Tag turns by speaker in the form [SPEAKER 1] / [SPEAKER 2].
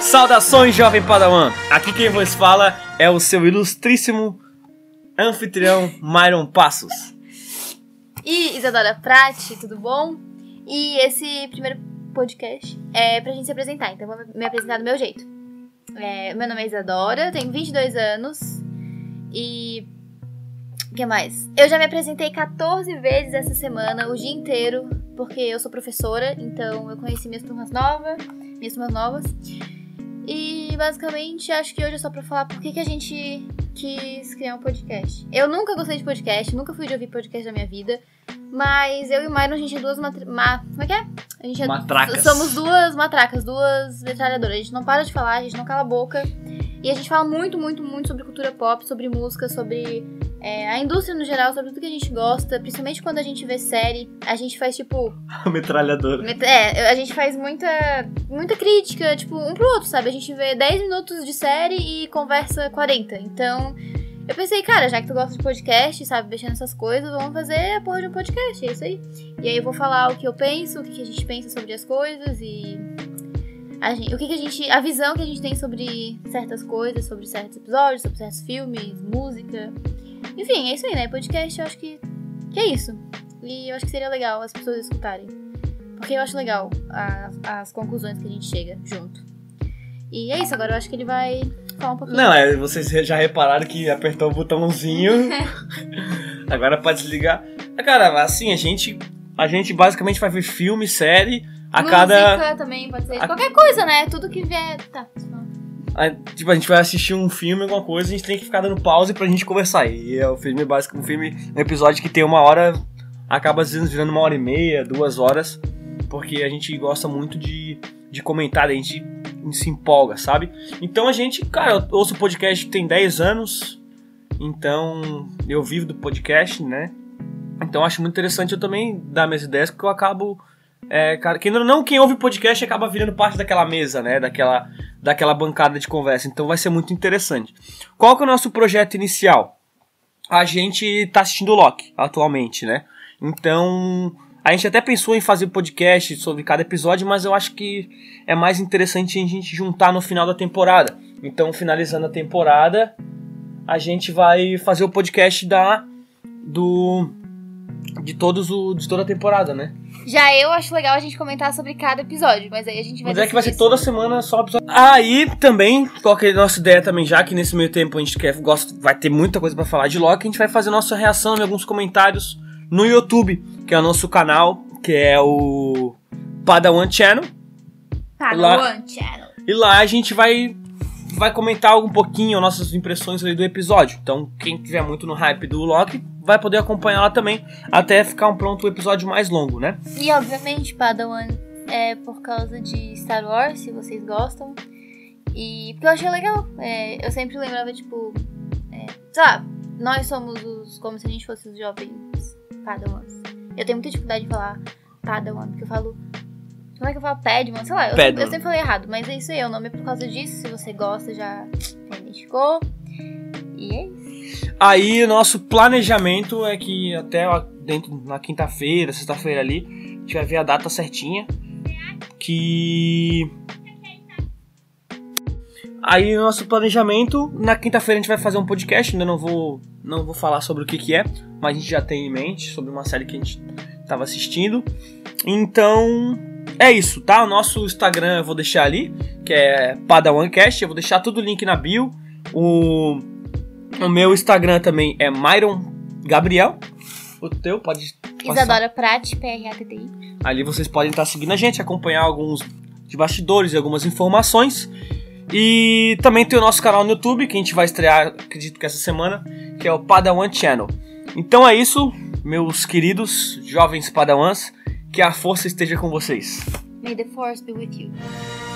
[SPEAKER 1] Saudações, jovem Padawan! Aqui quem vos fala é o seu ilustríssimo anfitrião Myron Passos.
[SPEAKER 2] E Isadora Prati, tudo bom? E esse primeiro podcast é pra gente se apresentar, então vou me apresentar do meu jeito. Meu nome é Isadora, tenho 22 anos e... o que mais? Eu já me apresentei 14 vezes essa semana, o dia inteiro, porque eu sou professora, então eu conheci minhas turmas novas. E basicamente acho que hoje é só pra falar por que a gente quis criar um podcast. Eu nunca gostei de podcast, nunca fui de ouvir podcast na minha vida, mas eu e o Myron, a gente é duas como é que é? A gente
[SPEAKER 1] Matracas.
[SPEAKER 2] Somos duas matracas, duas metralhadoras. A gente não para de falar, a gente não cala a boca. E a gente fala muito sobre cultura pop, sobre música, sobre a indústria no geral, sobre tudo que a gente gosta. Principalmente quando a gente vê série, a gente faz tipo...
[SPEAKER 1] metralhadora.
[SPEAKER 2] A gente faz muita crítica, tipo, um pro outro, sabe? A gente vê 10 minutos de série e conversa 40. Então, eu pensei, cara, já que tu gosta de podcast, sabe, mexendo nessas coisas, vamos fazer a porra de um podcast, é isso aí. E aí eu vou falar o que eu penso, o que a gente pensa sobre as coisas e... a visão que a gente tem sobre certas coisas, sobre certos episódios, sobre certos filmes, música. Enfim, é isso aí, né? Podcast eu acho que é isso. E eu acho que seria legal as pessoas escutarem. Porque eu acho legal as conclusões que a gente chega junto. E é isso, agora eu acho que ele vai falar um pouquinho.
[SPEAKER 1] Não, vocês já repararam que apertou o botãozinho. Agora pode desligar. Cara, assim, a gente basicamente vai ver filme, série...
[SPEAKER 2] Música também pode ser. Qualquer coisa, né? Tudo que vier. Tá.
[SPEAKER 1] Tipo, a gente vai assistir um filme, alguma coisa, a gente tem que ficar dando pause pra gente conversar. E é o filme básico, um episódio que tem 1 hora, acaba às vezes virando 1h30, 2 horas, porque a gente gosta muito de comentar, a gente se empolga, sabe? Então a gente, cara, eu ouço podcast tem 10 anos, então eu vivo do podcast, né? Então eu acho muito interessante eu também dar minhas ideias, porque eu acabo... cara, quem ouve podcast acaba virando parte daquela mesa, né? Daquela bancada de conversa. Então vai ser muito interessante. Qual que é o nosso projeto inicial? A gente tá assistindo Loki atualmente, né? Então a gente até pensou em fazer podcast sobre cada episódio, mas eu acho que é mais interessante a gente juntar no final da temporada. Então, finalizando a temporada, a gente vai fazer o podcast de toda a temporada, né?
[SPEAKER 2] Já eu acho legal a gente comentar sobre cada episódio, mas aí a gente vai...
[SPEAKER 1] Mas é que vai ser toda semana só episódio. Aí também, qual que é a nossa ideia também, já que nesse meio tempo a gente vai ter muita coisa pra falar de Loki, a gente vai fazer nossa reação em alguns comentários no YouTube, que é o nosso canal, que é o Padawan Channel.
[SPEAKER 2] Padawan Channel.
[SPEAKER 1] E lá a gente vai comentar um pouquinho nossas impressões ali do episódio. Então, quem tiver muito no hype do Loki vai poder acompanhar lá também, até ficar pronto o episódio mais longo, né?
[SPEAKER 2] E obviamente, Padawan é por causa de Star Wars, se vocês gostam. E porque eu achei legal. Eu sempre lembrava, tipo... sei lá, nós somos como se a gente fosse os jovens Padawans. Eu tenho muita dificuldade de falar Padawan, porque eu falo... Como é que eu falo? Padman? Sei lá, eu sempre falei errado. Mas é isso aí, o nome é por causa disso. Se você gosta, já identificou. E é isso.
[SPEAKER 1] Aí, nosso planejamento é que até na quinta-feira, sexta-feira ali, a gente vai ver a data certinha. Aí, nosso planejamento, na quinta-feira a gente vai fazer um podcast. Ainda não vou falar sobre o que é, mas a gente já tem em mente sobre uma série que a gente estava assistindo. Então... é isso, tá? O nosso Instagram eu vou deixar ali, que é PadawanCast. Eu vou deixar tudo o link na bio. O meu Instagram também é Myron Gabriel. O teu pode passar.
[SPEAKER 2] Isadora Prati, PRATTI.
[SPEAKER 1] Ali vocês podem estar seguindo a gente, acompanhar alguns de bastidores e algumas informações. E também tem o nosso canal no YouTube, que a gente vai estrear, acredito que essa semana, que é o Padawan Channel. Então é isso, meus queridos jovens Padawans. Que a força esteja com vocês.
[SPEAKER 2] May the force be with you.